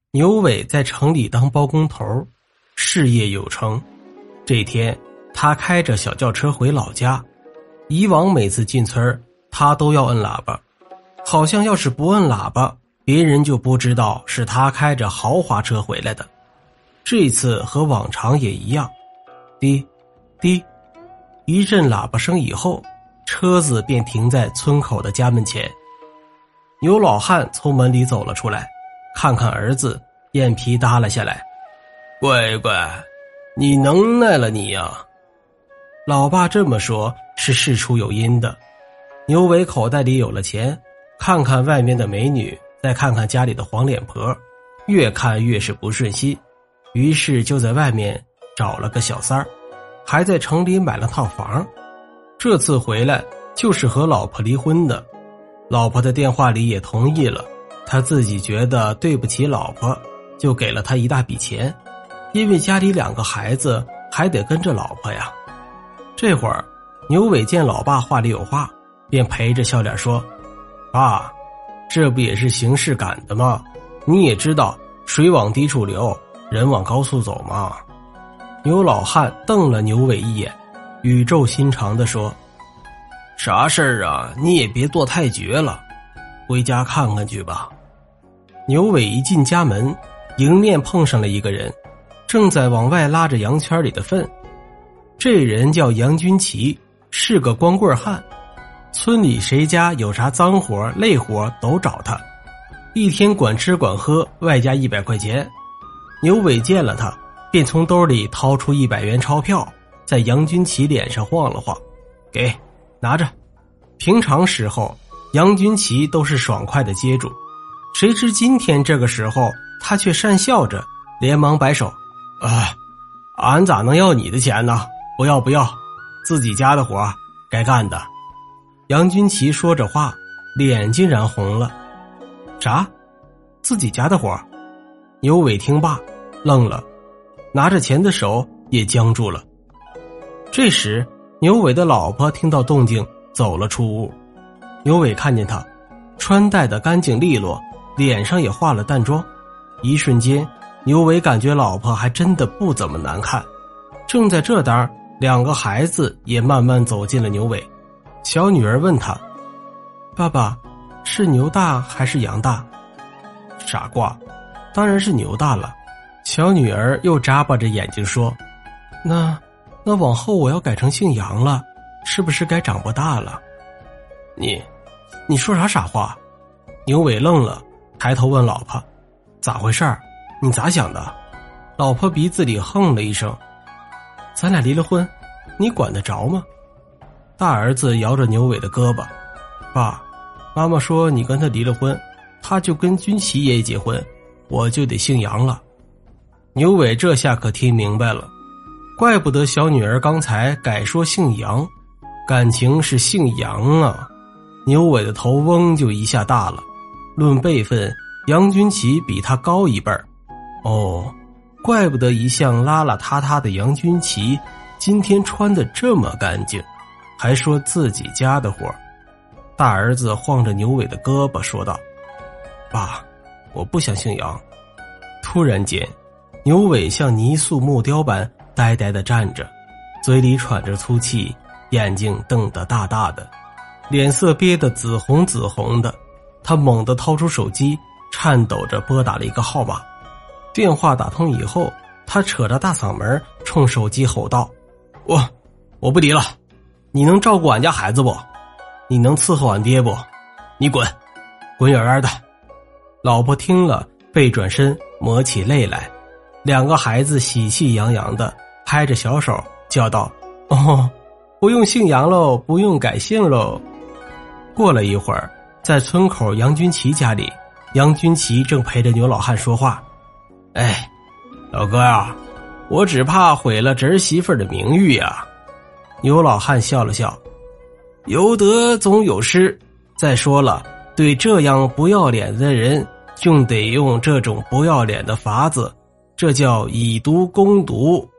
牛伟在城里当包工头，事业有成。这天他开着小轿车回老家，以往每次进村他都要摁喇叭，好像要是不摁喇叭，别人就不知道是他开着豪华车回来的。这次和往常也一样，滴滴一阵喇叭声以后，车子便停在村口的家门前。牛老汉从门里走了出来，看看儿子，眼皮耷了下来。乖乖，你能耐了你呀。老爸这么说是事出有因的。牛伟口袋里有了钱，看看外面的美女，再看看家里的黄脸婆，越看越是不顺心，于是就在外面找了个小三儿，还在城里买了套房。这次回来就是和老婆离婚的，老婆的电话里也同意了，他自己觉得对不起老婆，就给了他一大笔钱，因为家里2个孩子还得跟着老婆呀。这会儿牛伟见老爸话里有话，便陪着笑脸说，爸，这不也是形势赶的吗？你也知道水往低处流，人往高处走嘛。牛老汉瞪了牛伟一眼，语重心长地说，啥事儿啊，你也别做太绝了，回家看看去吧。牛伟一进家门，迎面碰上了一个人，正在往外拉着羊圈里的粪。这人叫杨军旗，是个光棍汉，村里谁家有啥脏活累活都找他，一天管吃管喝，外加100块钱。牛伟见了他，便从兜里掏出100元钞票，在杨军旗脸上晃了晃，给，拿着。平常时候杨军旗都是爽快的接住，谁知今天这个时候他却讪笑着，连忙摆手，俺咋能要你的钱呢？不要不要，自己家的活该干的。杨军旗说着话，脸竟然红了。啥？自己家的活？牛伟听罢愣了，拿着钱的手也僵住了。这时牛伟的老婆听到动静走了出屋，牛伟看见他穿戴得干净利落，脸上也化了淡妆，一瞬间牛伟感觉老婆还真的不怎么难看。正在这当，2个孩子也慢慢走进了牛伟。小女儿问他，爸爸，是牛大还是羊大？傻瓜，当然是牛大了。小女儿又眨巴着眼睛说，那往后我要改成姓杨了，是不是该长不大了？你说啥傻话？牛伟愣了，抬头问老婆，咋回事儿？你咋想的？老婆鼻子里哼了一声，咱俩离了婚，你管得着吗？大儿子摇着牛伟的胳膊，爸，妈妈说你跟他离了婚，他就跟军旗爷爷结婚，我就得姓杨了。牛伟这下可听明白了，怪不得小女儿刚才改说姓杨，感情是姓杨啊。牛伟的头嗡就一下大了，论辈分，杨军旗比他高1辈儿。怪不得一向邋邋遢遢的杨军旗今天穿得这么干净，还说自己家的活。大儿子晃着牛伟的胳膊说道，爸，我不想姓杨。突然间，牛伟像泥塑木雕般呆呆地站着，嘴里喘着粗气，眼睛瞪得大大的，脸色憋得紫红紫红的。他猛地掏出手机，颤抖着拨打了一个号码。电话打通以后，他扯着大嗓门冲手机吼道，我不离了，你能照顾俺家孩子不？你能伺候俺爹不？你滚远远的。老婆听了背转身抹起泪来，2个孩子喜气洋洋的拍着小手叫道，不用姓杨喽，不用改姓喽。过了一会儿，在村口杨军旗家里，杨军旗正陪着牛老汉说话，老哥呀，我只怕毁了侄儿媳妇的名誉呀。牛老汉笑了笑，有得总有失，再说了，对这样不要脸的人，就得用这种不要脸的法子，这叫以毒攻毒。